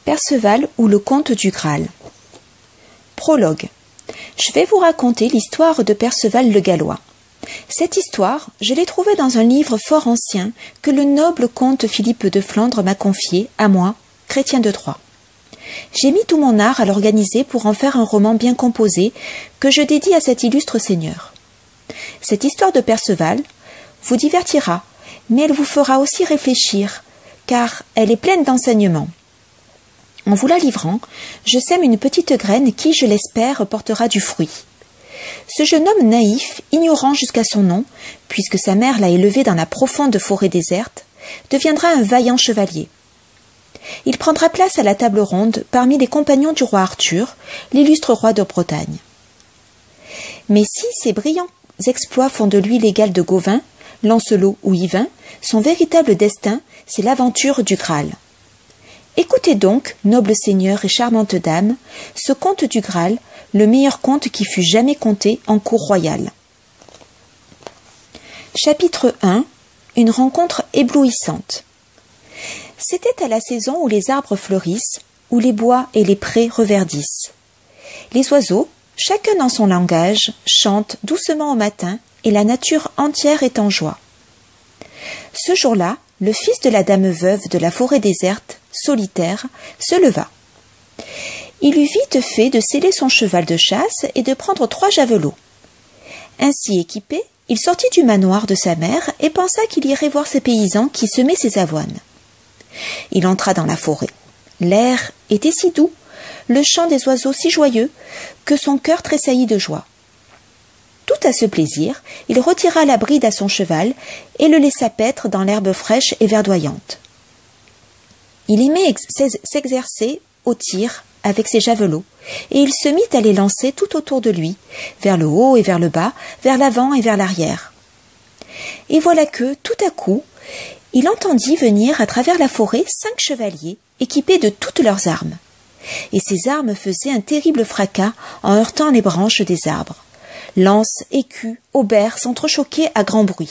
Perceval ou le conte du Graal. Prologue. Je vais vous raconter l'histoire de Perceval le Gallois. Cette histoire, je l'ai trouvée dans un livre fort ancien que le noble comte Philippe de Flandre m'a confié, à moi, chrétien de Troyes. J'ai mis tout mon art à l'organiser pour en faire un roman bien composé que je dédie à cet illustre seigneur. Cette histoire de Perceval vous divertira, mais elle vous fera aussi réfléchir, car elle est pleine d'enseignements. En vous la livrant, je sème une petite graine qui, je l'espère, portera du fruit. Ce jeune homme naïf, ignorant jusqu'à son nom, puisque sa mère l'a élevé dans la profonde forêt déserte, deviendra un vaillant chevalier. Il prendra place à la table ronde parmi les compagnons du roi Arthur, l'illustre roi de Bretagne. Mais si ses brillants exploits font de lui l'égal de Gauvin, Lancelot ou Yvain, son véritable destin, c'est l'aventure du Graal. Écoutez donc, noble seigneur et charmante dame, ce conte du Graal, le meilleur conte qui fut jamais conté en cour royale. Chapitre 1. Une rencontre éblouissante. C'était à la saison où les arbres fleurissent, où les bois et les prés reverdissent. Les oiseaux, chacun dans son langage, chantent doucement au matin et la nature entière est en joie. Ce jour-là, le fils de la dame veuve de la forêt déserte, solitaire, se leva. Il eut vite fait de seller son cheval de chasse et de prendre 3 javelots. Ainsi équipé, il sortit du manoir de sa mère et pensa qu'il irait voir ses paysans qui semaient ses avoines. Il entra dans la forêt. L'air était si doux, le chant des oiseaux si joyeux, que son cœur tressaillit de joie. Tout à ce plaisir, il retira la bride à son cheval et le laissa paître dans l'herbe fraîche et verdoyante. Il aimait s'exercer au tir avec ses javelots, et il se mit à les lancer tout autour de lui, vers le haut et vers le bas, vers l'avant et vers l'arrière. Et voilà que, tout à coup, il entendit venir à travers la forêt 5 chevaliers, équipés de toutes leurs armes. Et ces armes faisaient un terrible fracas en heurtant les branches des arbres. Lances, écus, haubers s'entrechoquaient à grand bruit.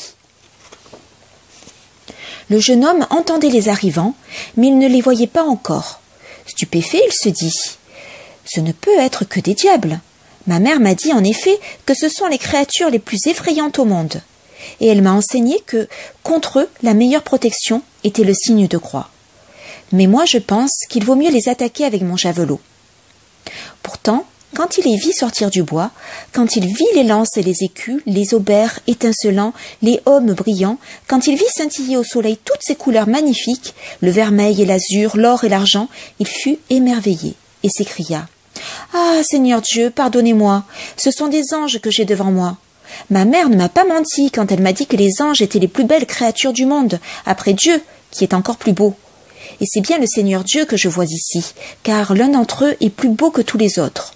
Le jeune homme entendait les arrivants, mais il ne les voyait pas encore. Stupéfait, il se dit « Ce ne peut être que des diables. Ma mère m'a dit en effet que ce sont les créatures les plus effrayantes au monde. Et elle m'a enseigné que, contre eux, la meilleure protection était le signe de croix. Mais moi, je pense qu'il vaut mieux les attaquer avec mon javelot. » Pourtant, quand il les vit sortir du bois, quand il vit les lances et les écus, les haubers étincelants, les aumes brillants, quand il vit scintiller au soleil toutes ces couleurs magnifiques, le vermeil et l'azur, l'or et l'argent, il fut émerveillé et s'écria « Ah, Seigneur Dieu, pardonnez-moi, ce sont des anges que j'ai devant moi. Ma mère ne m'a pas menti quand elle m'a dit que les anges étaient les plus belles créatures du monde, après Dieu, qui est encore plus beau. Et c'est bien le Seigneur Dieu que je vois ici, car l'un d'entre eux est plus beau que tous les autres.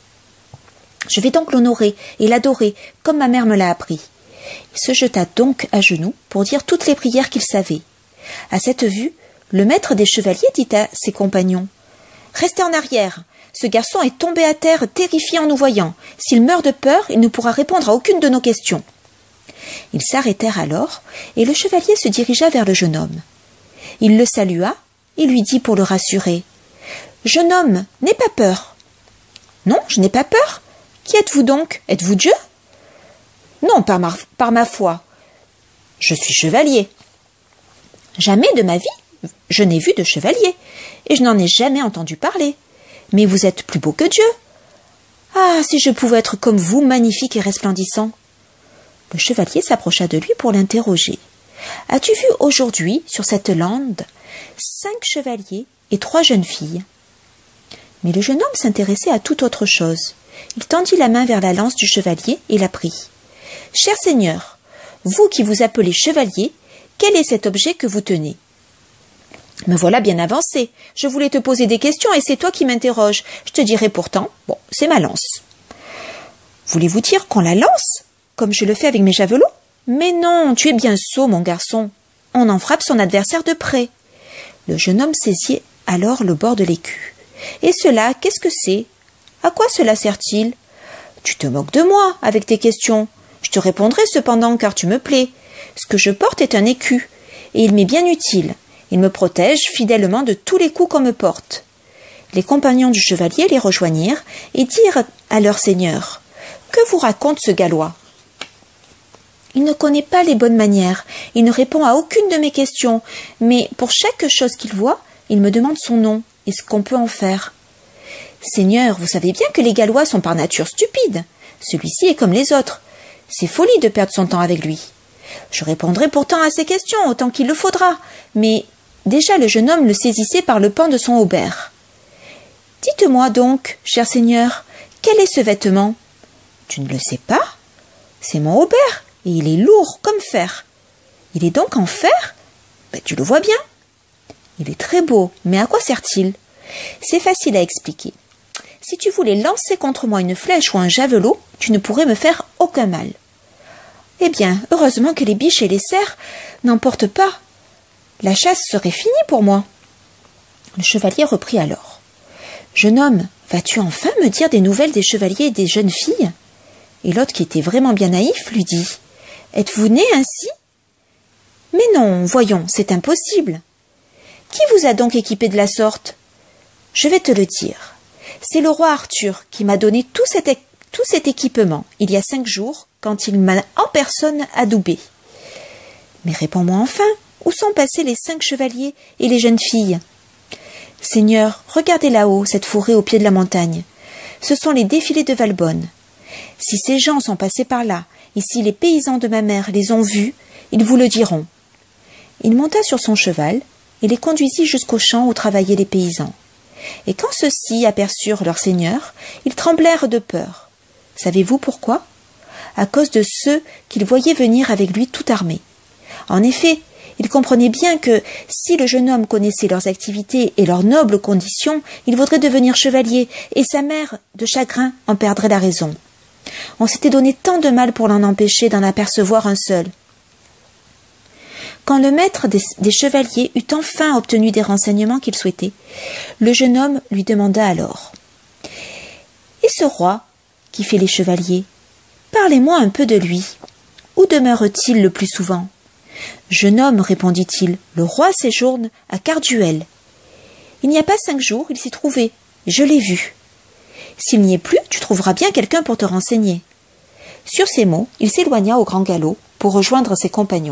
Je vais donc l'honorer et l'adorer, comme ma mère me l'a appris. » Il se jeta donc à genoux pour dire toutes les prières qu'il savait. À cette vue, le maître des chevaliers dit à ses compagnons « Restez en arrière. Ce garçon est tombé à terre terrifié en nous voyant. S'il meurt de peur, il ne pourra répondre à aucune de nos questions. » Ils s'arrêtèrent alors, et le chevalier se dirigea vers le jeune homme. Il le salua et lui dit pour le rassurer « Jeune homme, n'aie pas peur. »« Non, je n'ai pas peur. Qui êtes-vous donc? Êtes-vous Dieu? » ?»« Non, par ma foi. Je suis chevalier. »« Jamais de ma vie, je n'ai vu de chevalier, et je n'en ai jamais entendu parler. Mais vous êtes plus beau que Dieu. Ah, si je pouvais être comme vous, magnifique et resplendissant. » Le chevalier s'approcha de lui pour l'interroger. « As-tu vu aujourd'hui, sur cette lande, 5 chevaliers et 3 jeunes filles ?» Mais le jeune homme s'intéressait à toute autre chose. Il tendit la main vers la lance du chevalier et la prit. « Cher Seigneur, vous qui vous appelez chevalier, quel est cet objet que vous tenez ?»« Me voilà bien avancé. Je voulais te poser des questions et c'est toi qui m'interroges. Je te dirai pourtant, bon, c'est ma lance. »« Voulez-vous dire qu'on la lance, comme je le fais avec mes javelots ? Mais non, tu es bien sot, mon garçon. On en frappe son adversaire de près. » Le jeune homme saisit alors le bord de l'écu. « Et cela, qu'est-ce que c'est ? À quoi cela sert-il ? Tu te moques de moi avec tes questions. Je te répondrai cependant car tu me plais. Ce que je porte est un écu, et il m'est bien utile. Il me protège fidèlement de tous les coups qu'on me porte. Les compagnons du chevalier les rejoignirent et dirent à leur seigneur « Que vous raconte ce Gallois ?» Il ne connaît pas les bonnes manières, il ne répond à aucune de mes questions, mais pour chaque chose qu'il voit, il me demande son nom et ce qu'on peut en faire. Seigneur, vous savez bien que les Gallois sont par nature stupides. Celui-ci est comme les autres. C'est folie de perdre son temps avec lui. Je répondrai pourtant à ses questions autant qu'il le faudra, mais déjà le jeune homme le saisissait par le pan de son haubert. « Dites-moi donc, cher seigneur, quel est ce vêtement ?»« Tu ne le sais pas ? C'est mon haubert, et il est lourd comme fer. »« Il est donc en fer ? Tu le vois bien. »« Il est très beau, mais à quoi sert-il ? » C'est facile à expliquer. Si tu voulais lancer contre moi une flèche ou un javelot, tu ne pourrais me faire aucun mal. Eh bien, heureusement que les biches et les cerfs n'emportent pas. La chasse serait finie pour moi. Le chevalier reprit alors. « Jeune homme, vas-tu enfin me dire des nouvelles des chevaliers et des jeunes filles ?» Et l'autre, qui était vraiment bien naïf, lui dit « Êtes-vous né ainsi ?»« Mais non, voyons, c'est impossible. »« Qui vous a donc équipé de la sorte ?»« Je vais te le dire. C'est le roi Arthur qui m'a donné tout cet équipement, il y a 5 jours, quand il m'a en personne adoubé. Mais réponds-moi enfin, où sont passés les 5 chevaliers et les jeunes filles ? Seigneur, regardez là-haut, cette forêt au pied de la montagne. Ce sont les défilés de Valbonne. Si ces gens sont passés par là, et si les paysans de ma mère les ont vus, ils vous le diront. » Il monta sur son cheval et les conduisit jusqu'au champ où travaillaient les paysans. Et quand ceux-ci aperçurent leur seigneur, ils tremblèrent de peur. Savez-vous pourquoi ? À cause de ceux qu'ils voyaient venir avec lui tout armés. En effet, ils comprenaient bien que, si le jeune homme connaissait leurs activités et leurs nobles conditions, il voudrait devenir chevalier, et sa mère, de chagrin, en perdrait la raison. On s'était donné tant de mal pour l'en empêcher d'en apercevoir un seul. Quand le maître des chevaliers eut enfin obtenu des renseignements qu'il souhaitait, le jeune homme lui demanda alors « Et ce roi qui fait les chevaliers, parlez-moi un peu de lui. Où demeure-t-il le plus souvent ?»« Jeune homme, répondit-il, le roi séjourne à Carduel. Il n'y a pas 5 jours, il s'y trouvait, je l'ai vu. S'il n'y est plus, tu trouveras bien quelqu'un pour te renseigner. » Sur ces mots, il s'éloigna au grand galop pour rejoindre ses compagnons.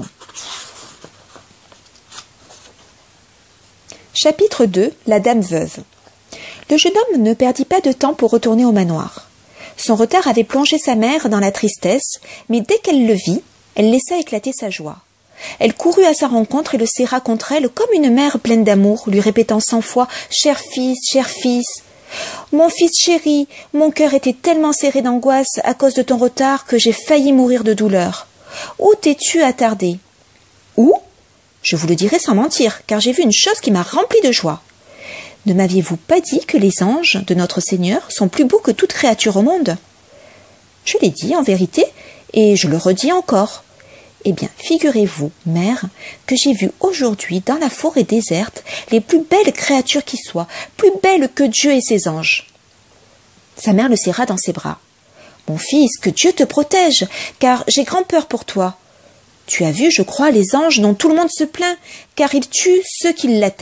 Chapitre 2. La dame veuve. Le jeune homme ne perdit pas de temps pour retourner au manoir. Son retard avait plongé sa mère dans la tristesse, mais dès qu'elle le vit, elle laissa éclater sa joie. Elle courut à sa rencontre et le serra contre elle comme une mère pleine d'amour, lui répétant 100 fois « Cher fils, mon fils chéri, mon cœur était tellement serré d'angoisse à cause de ton retard que j'ai failli mourir de douleur. Où t'es-tu attardé ?»« Où ? Je vous le dirai sans mentir, car j'ai vu une chose qui m'a rempli de joie. Ne m'aviez-vous pas dit que les anges de notre Seigneur sont plus beaux que toute créature au monde ? Je l'ai dit en vérité, et je le redis encore. Eh bien, figurez-vous, mère, que j'ai vu aujourd'hui dans la forêt déserte les plus belles créatures qui soient, plus belles que Dieu et ses anges. » Sa mère le serra dans ses bras. « Mon fils, que Dieu te protège, car j'ai grand peur pour toi. Tu as vu, je crois, les anges dont tout le monde se plaint, car ils tuent ceux qui l'atteignent. »«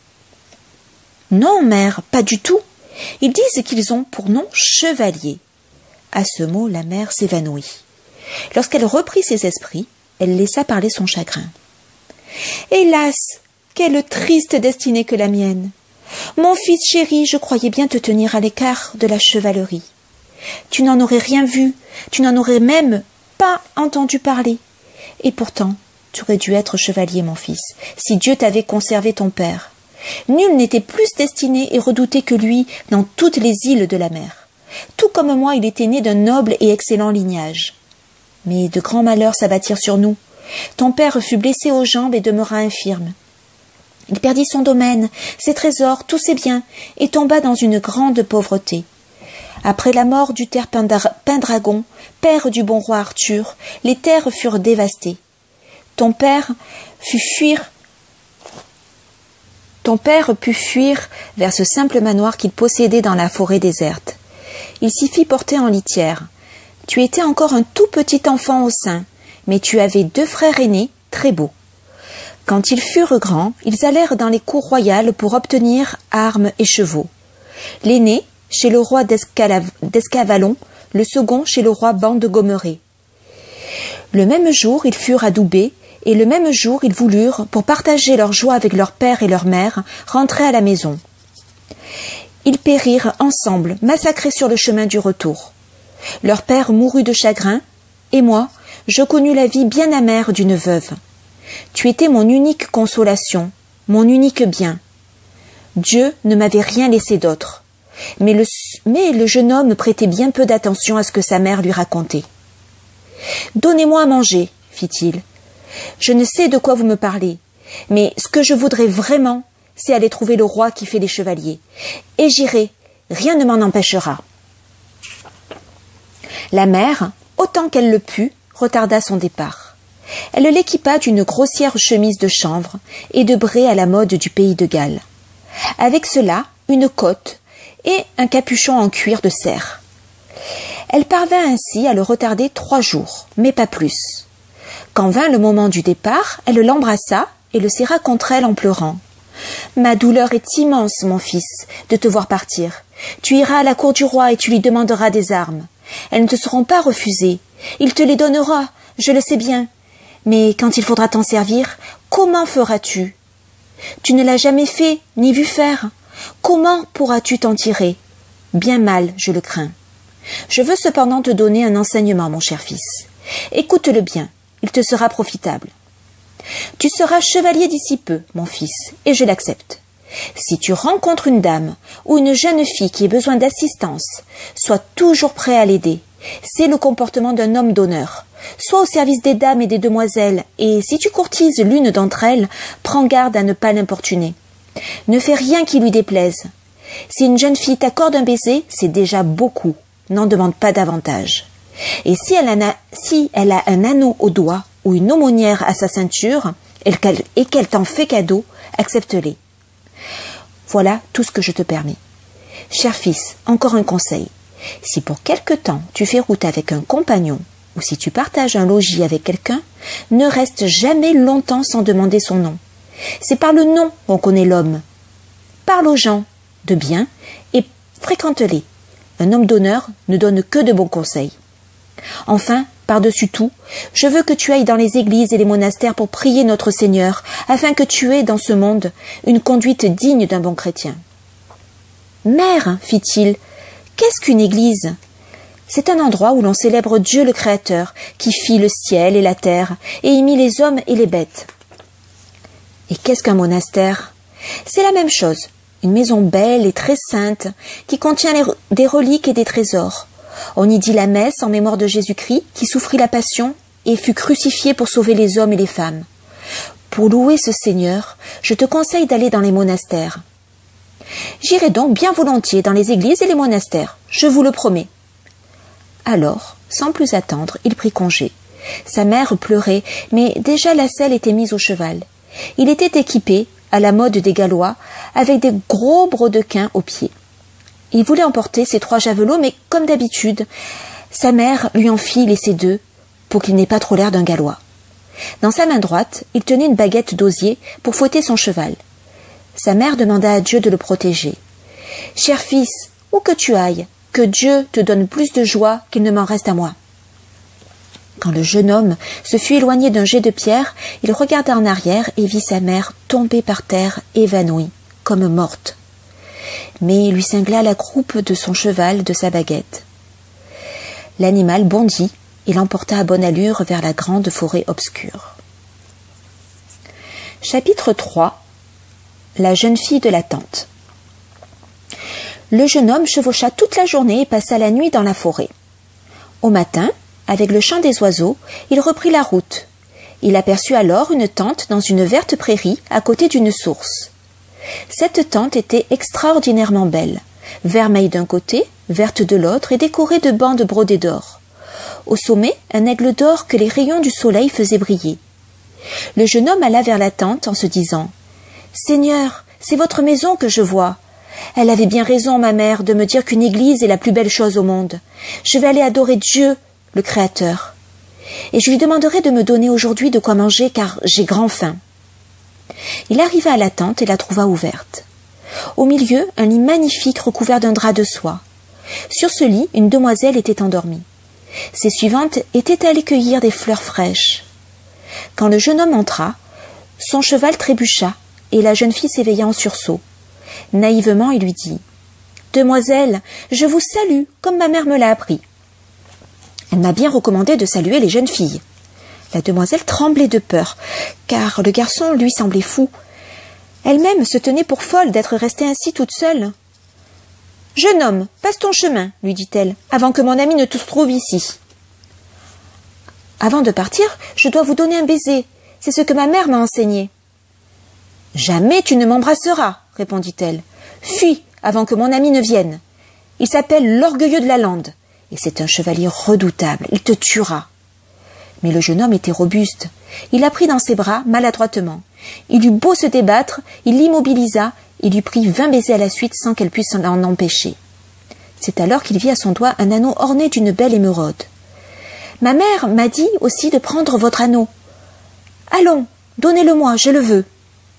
Non, mère, pas du tout. Ils disent qu'ils ont pour nom chevalier. » À ce mot, la mère s'évanouit. Lorsqu'elle reprit ses esprits, elle laissa parler son chagrin. « Hélas, quelle triste destinée que la mienne. Mon fils chéri, je croyais bien te tenir à l'écart de la chevalerie. Tu n'en aurais rien vu, tu n'en aurais même pas entendu parler. Et pourtant, tu aurais dû être chevalier, mon fils, si Dieu t'avait conservé ton père. Nul n'était plus destiné et redouté que lui dans toutes les îles de la mer. Tout comme moi, il était né d'un noble et excellent lignage. Mais de grands malheurs s'abattirent sur nous. Ton père fut blessé aux jambes et demeura infirme. Il perdit son domaine, ses trésors, tous ses biens, et tomba dans une grande pauvreté. Après la mort du ter Pendragon, père du bon roi Arthur, les terres furent dévastées. Ton père put fuir vers ce simple manoir qu'il possédait dans la forêt déserte. Il s'y fit porter en litière. Tu étais encore un tout petit enfant au sein, mais tu avais 2 frères aînés très beaux. Quand ils furent grands, ils allèrent dans les cours royales pour obtenir armes et chevaux. L'aîné chez le roi d'Escavalon, le second chez le roi Ban de Gomeré. Le même jour, ils furent adoubés, et le même jour, ils voulurent, pour partager leur joie avec leur père et leur mère, rentrer à la maison. Ils périrent ensemble, massacrés sur le chemin du retour. Leur père mourut de chagrin, et moi, je connus la vie bien amère d'une veuve. Tu étais mon unique consolation, mon unique bien. Dieu ne m'avait rien laissé d'autre. Mais le jeune homme prêtait bien peu d'attention à ce que sa mère lui racontait. « Donnez-moi à manger, fit-il. Je ne sais de quoi vous me parlez, mais ce que je voudrais vraiment, c'est aller trouver le roi qui fait les chevaliers. Et j'irai, rien ne m'en empêchera. » La mère, autant qu'elle le put, retarda son départ. Elle l'équipa d'une grossière chemise de chanvre et de bré à la mode du pays de Galles. Avec cela, une cotte et un capuchon en cuir de cerf. Elle parvint ainsi à le retarder 3 jours, mais pas plus. Quand vint le moment du départ, elle l'embrassa et le serra contre elle en pleurant. « Ma douleur est immense, mon fils, de te voir partir. Tu iras à la cour du roi et tu lui demanderas des armes. Elles ne te seront pas refusées. Il te les donnera, je le sais bien. Mais quand il faudra t'en servir, comment feras-tu? Tu ne l'as jamais fait, ni vu faire. Comment pourras-tu t'en tirer? Bien mal, je le crains. Je veux cependant te donner un enseignement, mon cher fils. Écoute-le bien, il te sera profitable. Tu seras chevalier d'ici peu, mon fils, et je l'accepte. Si tu rencontres une dame ou une jeune fille qui ait besoin d'assistance, sois toujours prêt à l'aider. C'est le comportement d'un homme d'honneur. Sois au service des dames et des demoiselles, et si tu courtises l'une d'entre elles, prends garde à ne pas l'importuner. Ne fais rien qui lui déplaise. Si une jeune fille t'accorde un baiser, c'est déjà beaucoup. N'en demande pas davantage. Et si elle a un anneau au doigt ou une aumônière à sa ceinture, et qu'elle t'en fait cadeau, accepte-les. Voilà tout ce que je te permets. Cher fils, encore un conseil. Si pour quelque temps tu fais route avec un compagnon, ou si tu partages un logis avec quelqu'un, ne reste jamais longtemps sans demander son nom. C'est par le nom qu'on connaît l'homme. Parle aux gens de bien et fréquente-les. Un homme d'honneur ne donne que de bons conseils. Enfin, par-dessus tout, je veux que tu ailles dans les églises et les monastères pour prier notre Seigneur, afin que tu aies dans ce monde une conduite digne d'un bon chrétien. « Mère, fit-il, qu'est-ce qu'une église ? C'est un endroit où l'on célèbre Dieu le Créateur, qui fit le ciel et la terre, et y mit les hommes et les bêtes. Et qu'est-ce qu'un monastère ? C'est la même chose, une maison belle et très sainte, qui contient des reliques et des trésors. On y dit la messe en mémoire de Jésus-Christ, qui souffrit la passion et fut crucifié pour sauver les hommes et les femmes. Pour louer ce Seigneur, je te conseille d'aller dans les monastères. J'irai donc bien volontiers dans les églises et les monastères, je vous le promets. Alors, sans plus attendre, il prit congé. Sa mère pleurait, mais déjà la selle était mise au cheval. Il était équipé, à la mode des Gallois, avec des gros brodequins aux pieds. Il voulait emporter ses 3 javelots, mais comme d'habitude, sa mère lui en fit laisser 2, pour qu'il n'ait pas trop l'air d'un Gallois. Dans sa main droite, il tenait une baguette d'osier pour fouetter son cheval. Sa mère demanda à Dieu de le protéger. « Cher fils, où que tu ailles, que Dieu te donne plus de joie qu'il ne m'en reste à moi. » Quand le jeune homme se fut éloigné d'un jet de pierre, il regarda en arrière et vit sa mère tomber par terre, évanouie, comme morte. Mais il lui cingla la croupe de son cheval de sa baguette. L'animal bondit et l'emporta à bonne allure vers la grande forêt obscure. Chapitre 3. La jeune fille de la tente. Le jeune homme chevaucha toute la journée et passa la nuit dans la forêt. Au matin, avec le chant des oiseaux, il reprit la route. Il aperçut alors une tente dans une verte prairie à côté d'une source. Cette tente était extraordinairement belle, vermeille d'un côté, verte de l'autre et décorée de bandes brodées d'or. Au sommet, un aigle d'or que les rayons du soleil faisaient briller. Le jeune homme alla vers la tente en se disant « Seigneur, c'est votre maison que je vois. Elle avait bien raison, ma mère, de me dire qu'une église est la plus belle chose au monde. Je vais aller adorer Dieu, le Créateur. Et je lui demanderai de me donner aujourd'hui de quoi manger, car j'ai grand faim. » Il arriva à la tente et la trouva ouverte. Au milieu, un lit magnifique recouvert d'un drap de soie. Sur ce lit, une demoiselle était endormie. Ses suivantes étaient allées cueillir des fleurs fraîches. Quand le jeune homme entra, son cheval trébucha et la jeune fille s'éveilla en sursaut. Naïvement, il lui dit « Demoiselle, je vous salue comme ma mère me l'a appris. » Elle m'a bien recommandé de saluer les jeunes filles. La demoiselle tremblait de peur, car le garçon lui semblait fou. Elle-même se tenait pour folle d'être restée ainsi toute seule. « Jeune homme, passe ton chemin, lui dit-elle, avant que mon ami ne te trouve ici. Avant de partir, je dois vous donner un baiser. C'est ce que ma mère m'a enseigné. Jamais tu ne m'embrasseras, répondit-elle. Fuis avant que mon ami ne vienne. Il s'appelle l'Orgueilleux de la Lande, et c'est un chevalier redoutable. Il te tuera. Mais le jeune homme était robuste. Il la prit dans ses bras maladroitement. Il eut beau se débattre, il l'immobilisa et lui prit 20 baisers à la suite sans qu'elle puisse l'en empêcher. C'est alors qu'il vit à son doigt un anneau orné d'une belle émeraude. « Ma mère m'a dit aussi de prendre votre anneau. Allons, donnez-le-moi, je le veux. »«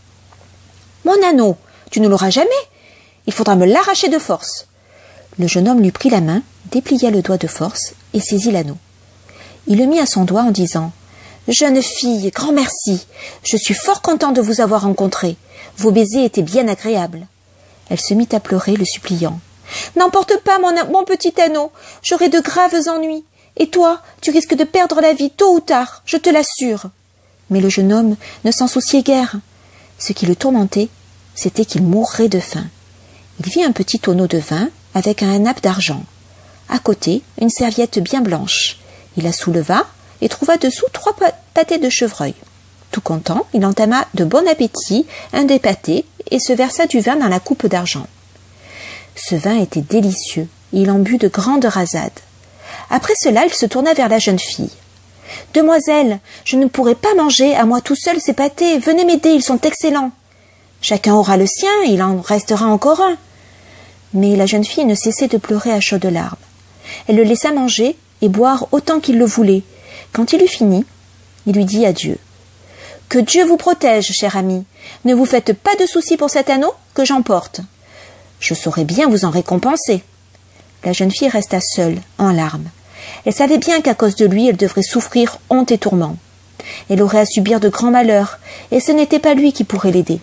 Mon anneau, tu ne l'auras jamais. Il faudra me l'arracher de force. » Le jeune homme lui prit la main, déplia le doigt de force et saisit l'anneau. Il le mit à son doigt en disant « Jeune fille, grand merci. Je suis fort content de vous avoir rencontré. Vos baisers étaient bien agréables. » Elle se mit à pleurer, le suppliant. « N'emporte pas mon petit anneau. J'aurai de graves ennuis. Et toi, tu risques de perdre la vie tôt ou tard, je te l'assure. » Mais le jeune homme ne s'en souciait guère. Ce qui le tourmentait, c'était qu'il mourrait de faim. Il vit un petit tonneau de vin avec un nappe d'argent. À côté, une serviette bien blanche. Il la souleva et trouva dessous 3 pâtés de chevreuil. Tout content, il entama de bon appétit un des pâtés et se versa du vin dans la coupe d'argent. Ce vin était délicieux et il en but de grandes rasades. Après cela, il se tourna vers la jeune fille. « Demoiselle, je ne pourrai pas manger à moi tout seul ces pâtés. Venez m'aider, ils sont excellents. Chacun aura le sien, il en restera encore un. » Mais la jeune fille ne cessait de pleurer à chaudes larmes. Elle le laissa manger et boire autant qu'il le voulait. Quand il eut fini, il lui dit adieu. « Que Dieu vous protège, cher ami. Ne vous faites pas de soucis pour cet anneau que j'emporte. Je saurai bien vous en récompenser. » La jeune fille resta seule, en larmes. Elle savait bien qu'à cause de lui, elle devrait souffrir honte et tourments. Elle aurait à subir de grands malheurs, et ce n'était pas lui qui pourrait l'aider.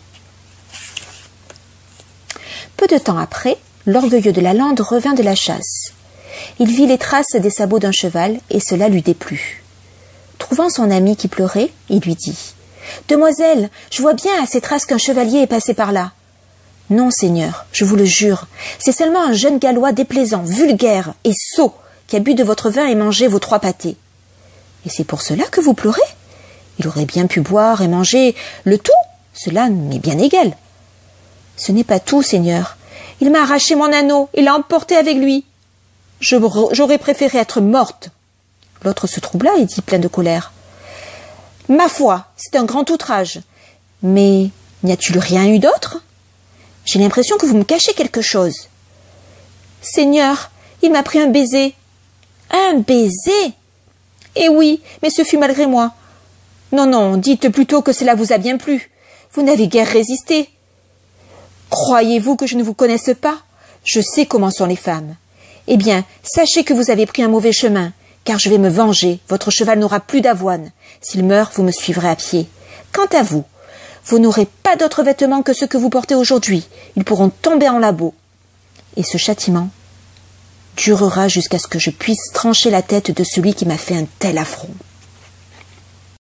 Peu de temps après, l'Orgueilleux de la Lande revint de la chasse. Il vit les traces des sabots d'un cheval, et cela lui déplut. Trouvant son ami qui pleurait, il lui dit « Demoiselle, je vois bien à ces traces qu'un chevalier est passé par là. »« Non, Seigneur, je vous le jure, c'est seulement un jeune Gallois déplaisant, vulgaire et sot qui a bu de votre vin et mangé vos 3 pâtés. »« Et c'est pour cela que vous pleurez ? Il aurait bien pu boire et manger le tout, cela m'est bien égal. »« Ce n'est pas tout, Seigneur. Il m'a arraché mon anneau et l'a emporté avec lui. J'aurais préféré être morte. » L'autre se troubla et dit plein de colère. « Ma foi, c'est un grand outrage. Mais n'y a-t-il rien eu d'autre ? J'ai l'impression que vous me cachez quelque chose. »« Seigneur, il m'a pris un baiser. »« Un baiser ? Eh oui, mais ce fut malgré moi. Non, non, dites plutôt que cela vous a bien plu. Vous n'avez guère résisté. Croyez-vous que je ne vous connaisse pas ? Je sais comment sont les femmes. Eh bien, sachez que vous avez pris un mauvais chemin, car je vais me venger. Votre cheval n'aura plus d'avoine. S'il meurt, vous me suivrez à pied. Quant à vous, vous n'aurez pas d'autres vêtements que ceux que vous portez aujourd'hui. Ils pourront tomber en lambeaux. Et ce châtiment durera jusqu'à ce que je puisse trancher la tête de celui qui m'a fait un tel affront.